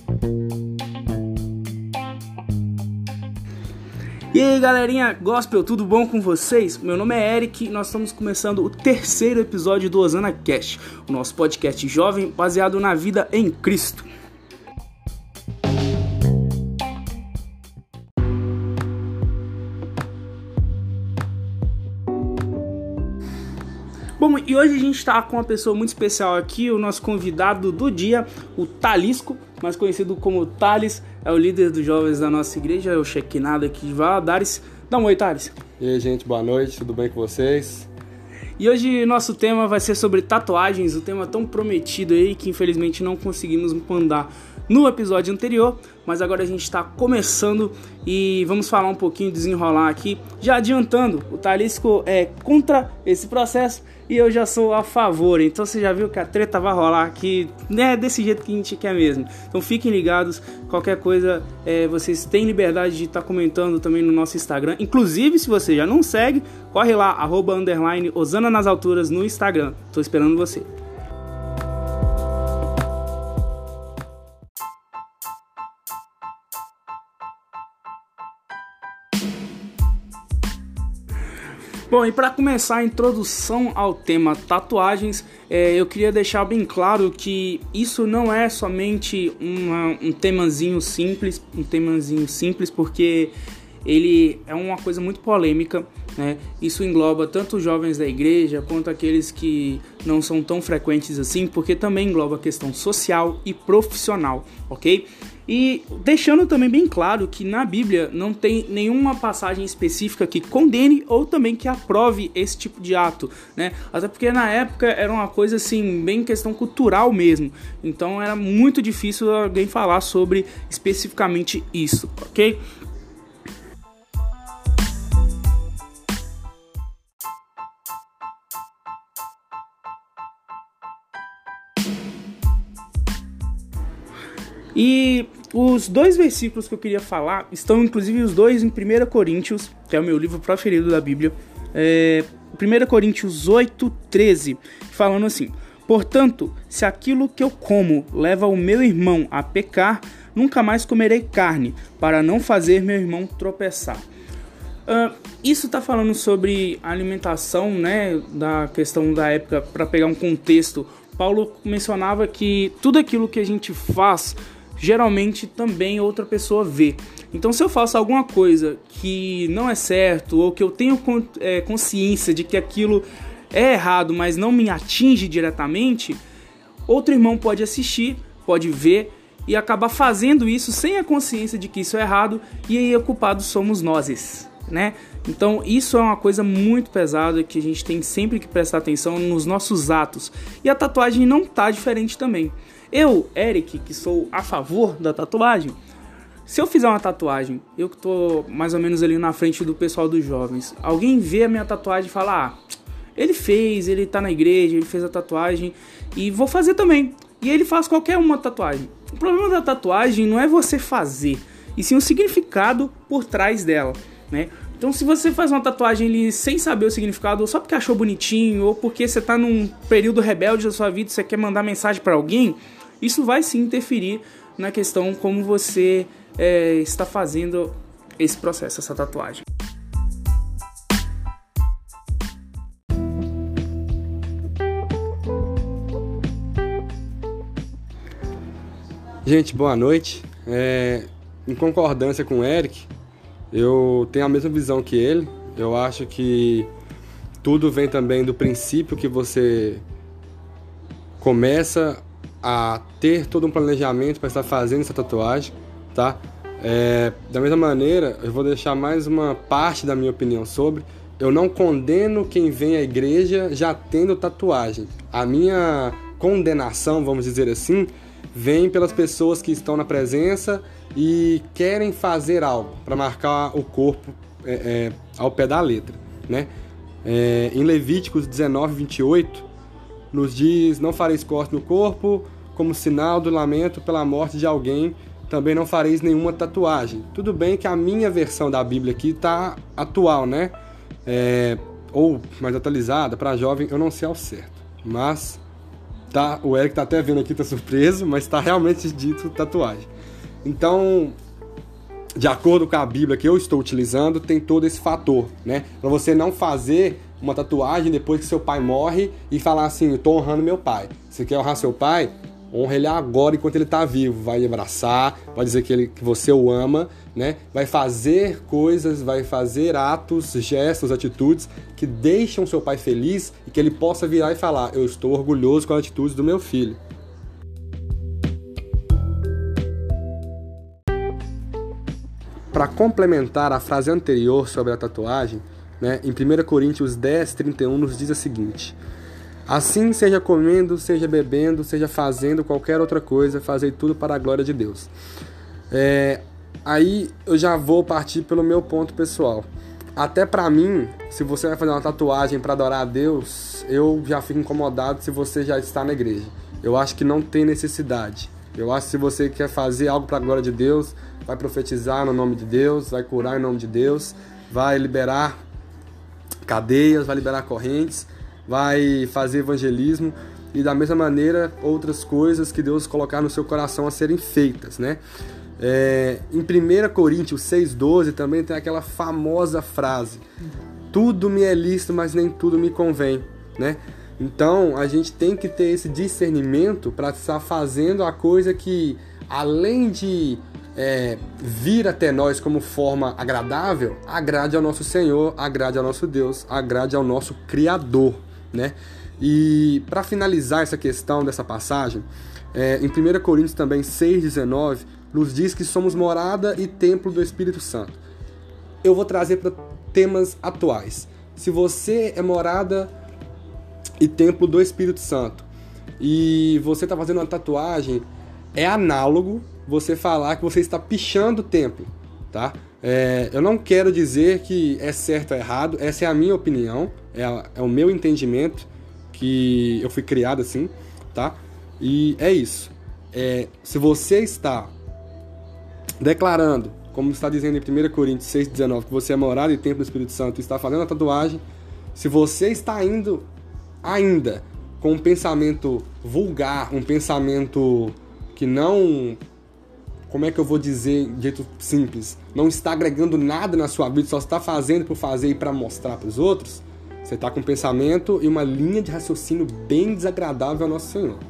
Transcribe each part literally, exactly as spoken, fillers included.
E aí galerinha gospel, tudo bom com vocês? Meu nome é Eric e nós estamos começando o terceiro episódio do Osana Cast, o nosso podcast jovem baseado na vida em Cristo. Bom, e hoje a gente está com uma pessoa muito especial aqui, o nosso convidado do dia, o Talisco, mais conhecido como Thales, é o líder dos jovens da nossa igreja, é o Shekinah aqui de Valadares. Dá um oi, Thales. E aí, gente, boa noite, tudo bem com vocês? E hoje nosso tema vai ser sobre tatuagens, o tema tão prometido aí que infelizmente não conseguimos mandar no episódio anterior, mas agora a gente está começando e vamos falar um pouquinho, desenrolar aqui. Já adiantando, o Talisco é contra esse processo e eu já sou a favor, então você já viu que a treta vai rolar aqui, né, desse jeito que a gente quer mesmo. Então fiquem ligados, qualquer coisa, é, vocês têm liberdade de estar tá comentando também no nosso Instagram. Inclusive, se você já não segue, corre lá, arroba, underline, Osana nas alturas no Instagram. Tô esperando você. Bom, e para começar a introdução ao tema tatuagens, é, eu queria deixar bem claro que isso não é somente uma, um temazinho simples, um temazinho simples, porque ele é uma coisa muito polêmica, né? Isso engloba tanto os jovens da igreja quanto aqueles que não são tão frequentes assim, porque também engloba a questão social e profissional, ok? E deixando também bem claro que na Bíblia não tem nenhuma passagem específica que condene ou também que aprove esse tipo de ato, né? Até porque na época era uma coisa assim, bem questão cultural mesmo. Então era muito difícil alguém falar sobre especificamente isso, ok? E os dois versículos que eu queria falar estão inclusive os dois em primeira Coríntios, que é o meu livro preferido da Bíblia. É, primeira Coríntios oito, treze, falando assim: portanto, se aquilo que eu como leva o meu irmão a pecar, nunca mais comerei carne, para não fazer meu irmão tropeçar. Uh, isso está falando sobre a alimentação, né, da questão da época. Para pegar um contexto, Paulo mencionava que tudo aquilo que a gente faz geralmente também outra pessoa vê. Então, se eu faço alguma coisa que não é certo, ou que eu tenho é, consciência de que aquilo é errado, mas não me atinge diretamente, outro irmão pode assistir, pode ver e acabar fazendo isso sem a consciência de que isso é errado, e aí o culpado somos nós, né? Então isso é uma coisa muito pesada que a gente tem sempre que prestar atenção nos nossos atos. E a tatuagem não tá diferente também. Eu, Eric, que sou a favor da tatuagem, se eu fizer uma tatuagem, eu que tô mais ou menos ali na frente do pessoal dos jovens, alguém vê a minha tatuagem e fala: ah, ele fez, ele tá na igreja, ele fez a tatuagem e vou fazer também. E ele faz qualquer uma tatuagem. O problema da tatuagem não é você fazer, e sim o significado por trás dela, né? Então, se você faz uma tatuagem ali sem saber o significado, ou só porque achou bonitinho, ou porque você tá num período rebelde da sua vida e você quer mandar mensagem para alguém, isso vai sim interferir na questão como você é, está fazendo esse processo, essa tatuagem. Gente, boa noite. É, em concordância com o Eric, eu tenho a mesma visão que ele. Eu acho que tudo vem também do princípio que você começa a ter todo um planejamento para estar fazendo essa tatuagem, tá? É, da mesma maneira, eu vou deixar mais uma parte da minha opinião sobre. Eu não condeno quem vem à igreja já tendo tatuagem. A minha condenação, vamos dizer assim, vem pelas pessoas que estão na presença e querem fazer algo para marcar o corpo é, é, ao pé da letra, né? É, em Levíticos dezenove, vinte e oito, nos diz: não fareis corte no corpo, como sinal do lamento pela morte de alguém, também não fareis nenhuma tatuagem. Tudo bem que a minha versão da Bíblia aqui está atual, né? É, ou mais atualizada, para jovem, eu não sei ao certo. Mas tá? O Eric tá até vendo aqui, tá surpreso, mas tá realmente dito tatuagem. Então, de acordo com a Bíblia que eu estou utilizando, tem todo esse fator, né? Para você não fazer uma tatuagem depois que seu pai morre e falar assim, eu tô honrando meu pai. Você quer honrar seu pai? Honra ele agora enquanto ele tá vivo. Vai abraçar, vai dizer que, ele, que você o ama, né? Vai fazer coisas, vai fazer atos, gestos, atitudes que deixam seu pai feliz e que ele possa virar e falar, eu estou orgulhoso com as atitudes do meu filho. Para complementar a frase anterior sobre a tatuagem, né, em primeira Coríntios dez, trinta e um nos diz o seguinte: assim, seja comendo, seja bebendo, seja fazendo qualquer outra coisa, fazei tudo para a glória de Deus. É, aí eu já vou partir pelo meu ponto pessoal. Até para mim, se você vai fazer uma tatuagem para adorar a Deus, eu já fico incomodado se você já está na igreja. Eu acho que não tem necessidade. Eu acho que se você quer fazer algo para a glória de Deus, vai profetizar no nome de Deus, vai curar em nome de Deus, vai liberar cadeias, vai liberar correntes, vai fazer evangelismo e da mesma maneira outras coisas que Deus colocar no seu coração a serem feitas, né? É, em primeira Coríntios seis, doze também tem aquela famosa frase: tudo me é lícito, mas nem tudo me convém, né? Então a gente tem que ter esse discernimento para estar fazendo a coisa que, além de é, vir até nós como forma agradável, agrade ao nosso Senhor, agrade ao nosso Deus, agrade ao nosso Criador, né? E para finalizar essa questão dessa passagem, é, em primeira Coríntios também seis, dezenove, nos diz que somos morada e templo do Espírito Santo. Eu vou trazer para temas atuais. Se você é morada e templo do Espírito Santo e você está fazendo uma tatuagem, é análogo você falar que você está pichando o templo, tá? É, eu não quero dizer que é certo ou errado, essa é a minha opinião, é, a, é o meu entendimento, que eu fui criado assim, tá? E é isso. É, se você está declarando, como está dizendo em primeira Coríntios seis, dezenove, que você é morada e templo do Espírito Santo e está fazendo a tatuagem, se você está indo ainda com um pensamento vulgar, um pensamento que não, como é que eu vou dizer de jeito simples, não está agregando nada na sua vida, só está fazendo por fazer e para mostrar para os outros, você está com um pensamento e uma linha de raciocínio bem desagradável ao nosso Senhor.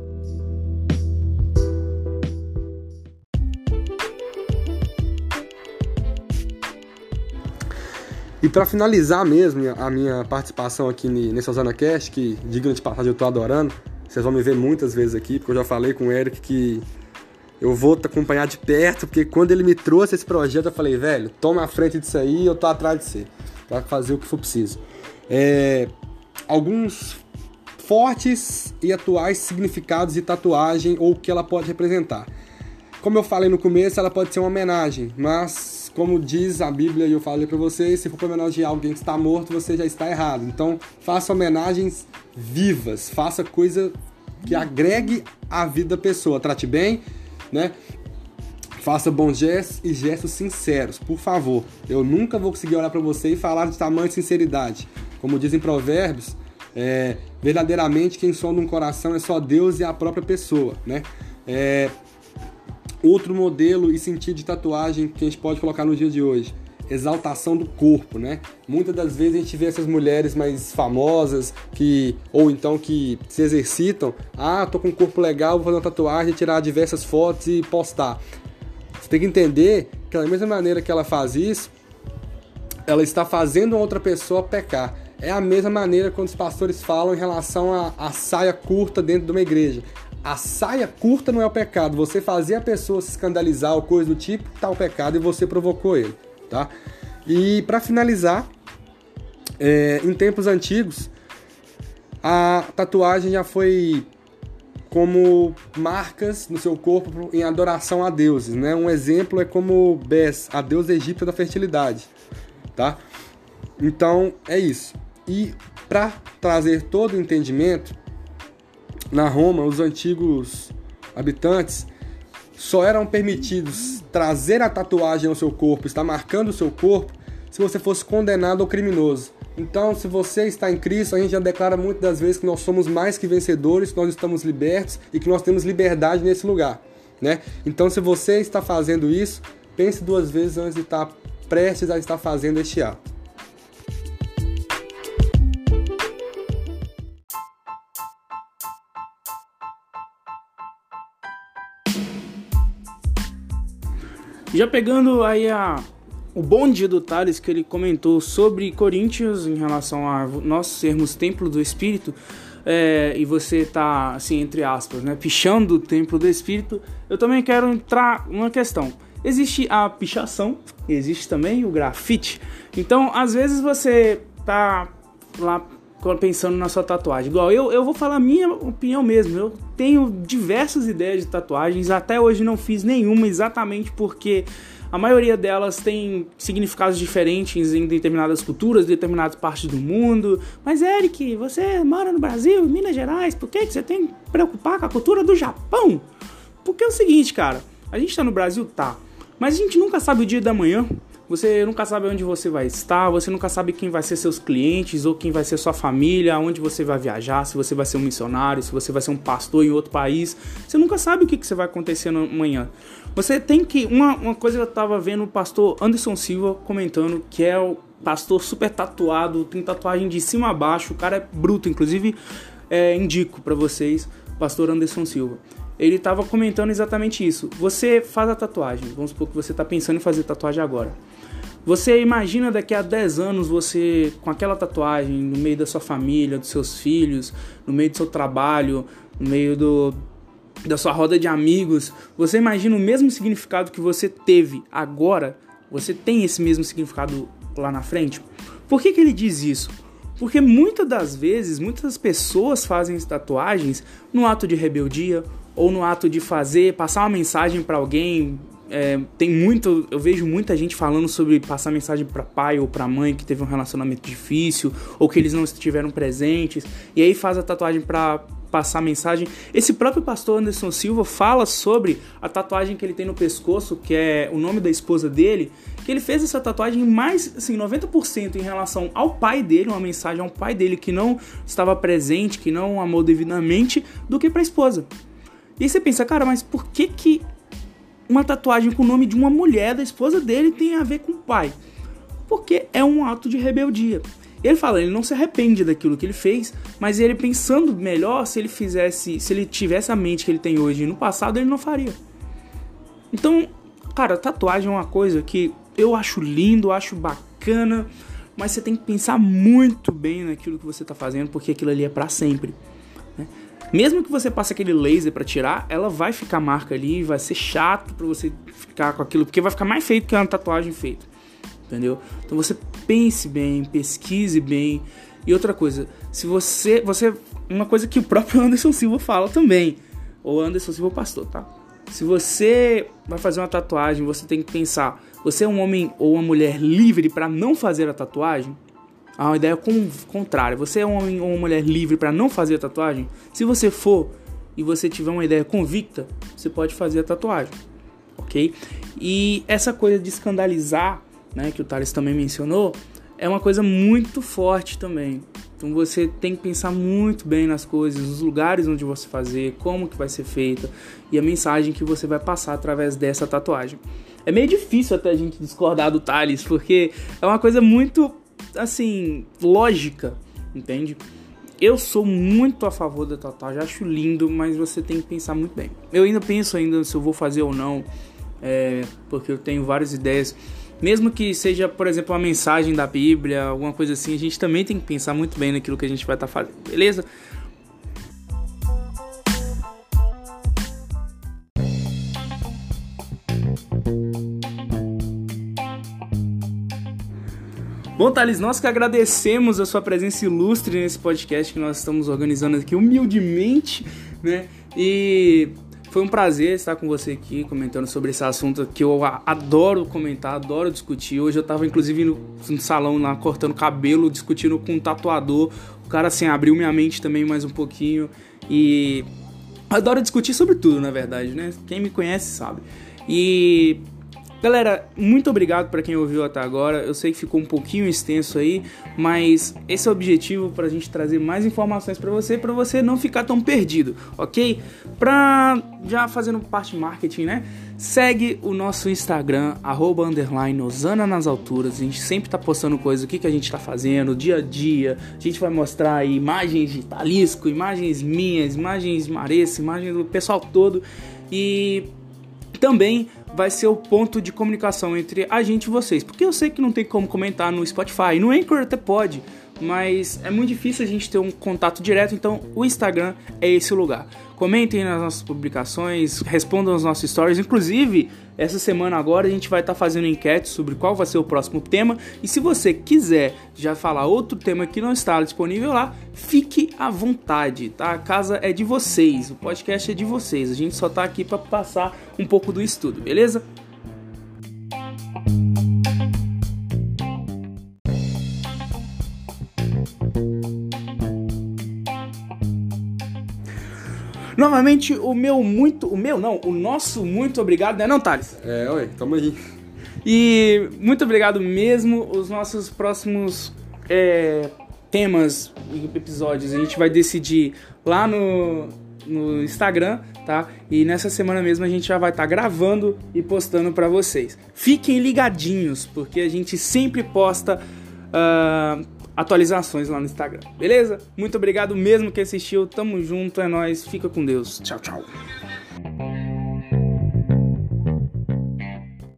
E para finalizar mesmo a minha participação aqui nesse OsanaCast, que, digno de passagem, eu estou adorando, vocês vão me ver muitas vezes aqui, porque eu já falei com o Eric que eu vou te acompanhar de perto, porque quando ele me trouxe esse projeto, eu falei, velho, toma a frente disso aí, eu tô atrás de você, para fazer o que for preciso. É, alguns fortes e atuais significados de tatuagem ou o que ela pode representar. Como eu falei no começo, ela pode ser uma homenagem, mas como diz a Bíblia e eu falei para vocês, se for para homenagear alguém que está morto, você já está errado. Então, faça homenagens vivas, faça coisa que agregue a vida da pessoa, trate bem, né? Faça bons gestos e gestos sinceros, por favor. Eu nunca vou conseguir olhar para você e falar de tamanha sinceridade. Como dizem Provérbios, é, verdadeiramente quem sonda um coração é só Deus e a própria pessoa, né? É, outro modelo e sentido de tatuagem que a gente pode colocar no dia de hoje, exaltação do corpo, né? Muitas das vezes a gente vê essas mulheres mais famosas que, ou então que se exercitam, ah, tô com um corpo legal, vou fazer uma tatuagem, tirar diversas fotos e postar. Você tem que entender que da mesma maneira que ela faz isso, ela está fazendo outra pessoa pecar. É a mesma maneira quando os pastores falam em relação à saia curta dentro de uma igreja. A saia curta não é o pecado. Você fazer a pessoa se escandalizar ou coisa do tipo, tá o pecado e você provocou ele, tá? E para finalizar, é, em tempos antigos, a tatuagem já foi como marcas no seu corpo em adoração a deuses, né? Um exemplo é como Bes, a deusa egípcia da fertilidade, tá? Então, é isso. E para trazer todo o entendimento, na Roma, os antigos habitantes só eram permitidos trazer a tatuagem ao seu corpo, estar marcando o seu corpo, se você fosse condenado ou criminoso. Então, se você está em Cristo, a gente já declara muitas das vezes que nós somos mais que vencedores, que nós estamos libertos e que nós temos liberdade nesse lugar, né? Então, se você está fazendo isso, pense duas vezes antes de estar prestes a estar fazendo este ato. Já pegando aí a... o bonde do Thales, que ele comentou sobre Coríntios em relação a nós sermos templo do Espírito, é, e você tá, assim, entre aspas, né, pichando o templo do Espírito, eu também quero entrar numa questão. Existe a pichação, existe também o grafite. Então, às vezes você tá lá pensando na sua tatuagem. Igual eu, eu vou falar a minha opinião mesmo. Eu tenho diversas ideias de tatuagens, até hoje não fiz nenhuma, exatamente porque a maioria delas tem significados diferentes em determinadas culturas, determinadas partes do mundo. Mas, Eric, você mora no Brasil, em Minas Gerais, por que você tem que preocupar com a cultura do Japão? Porque é o seguinte, cara, a gente tá no Brasil, tá, mas a gente nunca sabe o dia da manhã. Você nunca sabe onde você vai estar, você nunca sabe quem vai ser seus clientes ou quem vai ser sua família, aonde você vai viajar, se você vai ser um missionário, se você vai ser um pastor em outro país. Você nunca sabe o que, que você vai acontecer amanhã. Você tem que... Uma, uma coisa que eu tava vendo o pastor Anderson Silva comentando, que é o pastor super tatuado, tem tatuagem de cima a baixo, o cara é bruto, inclusive é, indico pra vocês, o pastor Anderson Silva. Ele tava comentando exatamente isso. Você faz a tatuagem, vamos supor que você tá pensando em fazer tatuagem agora. Você imagina daqui a dez anos você com aquela tatuagem no meio da sua família, dos seus filhos, no meio do seu trabalho, no meio do, da sua roda de amigos. Você imagina o mesmo significado que você teve agora? Você tem esse mesmo significado lá na frente? Por que que ele diz isso? Porque muitas das vezes, muitas pessoas fazem tatuagens no ato de rebeldia ou no ato de fazer, passar uma mensagem para alguém. É, tem muito, eu vejo muita gente falando sobre passar mensagem para pai ou para mãe que teve um relacionamento difícil ou que eles não estiveram presentes, e aí faz a tatuagem para passar mensagem. Esse próprio pastor Anderson Silva fala sobre a tatuagem que ele tem no pescoço, que é o nome da esposa dele, que ele fez essa tatuagem mais, assim, noventa por cento em relação ao pai dele, uma mensagem ao pai dele que não estava presente, que não o amou devidamente, do que para a esposa. E aí você pensa, cara, mas por que que uma tatuagem com o nome de uma mulher, da esposa dele, tem a ver com o pai? Porque é um ato de rebeldia. Ele fala, ele não se arrepende daquilo que ele fez, mas ele pensando melhor, se ele fizesse, se ele tivesse a mente que ele tem hoje no passado, ele não faria. Então, cara, tatuagem é uma coisa que eu acho lindo, acho bacana, mas você tem que pensar muito bem naquilo que você tá fazendo, porque aquilo ali é pra sempre, né? Mesmo que você passe aquele laser pra tirar, ela vai ficar marca ali, vai ser chato pra você ficar com aquilo, porque vai ficar mais feito que uma tatuagem feita, entendeu? Então você pense bem, pesquise bem. E outra coisa, se você, você uma coisa que o próprio Anderson Silva fala também, ou Anderson Silva pastor, tá? Se você vai fazer uma tatuagem, você tem que pensar, você é um homem ou uma mulher livre pra não fazer a tatuagem? Há uma ideia contrária. Você é um homem ou uma mulher livre para não fazer a tatuagem? Se você for e você tiver uma ideia convicta, você pode fazer a tatuagem, ok? E essa coisa de escandalizar, né, que o Thales também mencionou, é uma coisa muito forte também. Então você tem que pensar muito bem nas coisas, nos lugares onde você fazer, como que vai ser feita e a mensagem que você vai passar através dessa tatuagem. É meio difícil até a gente discordar do Thales, porque é uma coisa muito, assim, lógica, entende? Eu sou muito a favor da tatuagem, acho lindo, mas você tem que pensar muito bem. Eu ainda penso ainda se eu vou fazer ou não, é, porque eu tenho várias ideias. Mesmo que seja, por exemplo, uma mensagem da Bíblia, alguma coisa assim, a gente também tem que pensar muito bem naquilo que a gente vai estar fazendo, beleza? Bom, Thales, nós que agradecemos a sua presença ilustre nesse podcast que nós estamos organizando aqui humildemente, né? E foi um prazer estar com você aqui comentando sobre esse assunto que eu adoro comentar, adoro discutir. Hoje eu estava inclusive no, no salão lá cortando cabelo, discutindo com um tatuador. O cara assim abriu minha mente também mais um pouquinho e adoro discutir sobre tudo, na verdade, né? Quem me conhece sabe. E Galera, muito obrigado para quem ouviu até agora. Eu sei que ficou um pouquinho extenso aí, mas esse é o objetivo, pra gente trazer mais informações para você, para você não ficar tão perdido, ok? Pra já fazendo parte de marketing, né? Segue o nosso Instagram, arroba underline Osana nas alturas. A gente sempre tá postando coisas, o que, que a gente tá fazendo, dia a dia. A gente vai mostrar aí imagens de Talisco, imagens minhas, imagens de Maressa, imagens do pessoal todo. E também vai ser o ponto de comunicação entre a gente e vocês, porque eu sei que não tem como comentar no Spotify, no Anchor até pode, mas é muito difícil a gente ter um contato direto, então o Instagram é esse lugar. Comentem nas nossas publicações, respondam as nossas stories, inclusive essa semana agora a gente vai estar fazendo enquete sobre qual vai ser o próximo tema, e se você quiser já falar outro tema que não está disponível lá, fique à vontade, tá? A casa é de vocês, o podcast é de vocês, a gente só tá aqui para passar um pouco do estudo, beleza? Novamente, o meu muito... O meu não, o nosso muito obrigado, né não, Thales? É, ué, tamo aí. E muito obrigado mesmo. Os nossos próximos é, temas e episódios a gente vai decidir lá no, no Instagram, tá? E nessa semana mesmo a gente já vai estar tá gravando e postando pra vocês. Fiquem ligadinhos, porque a gente sempre posta... Uh, atualizações lá no Instagram, beleza? Muito obrigado mesmo que assistiu, tamo junto, é nóis, fica com Deus, tchau, tchau.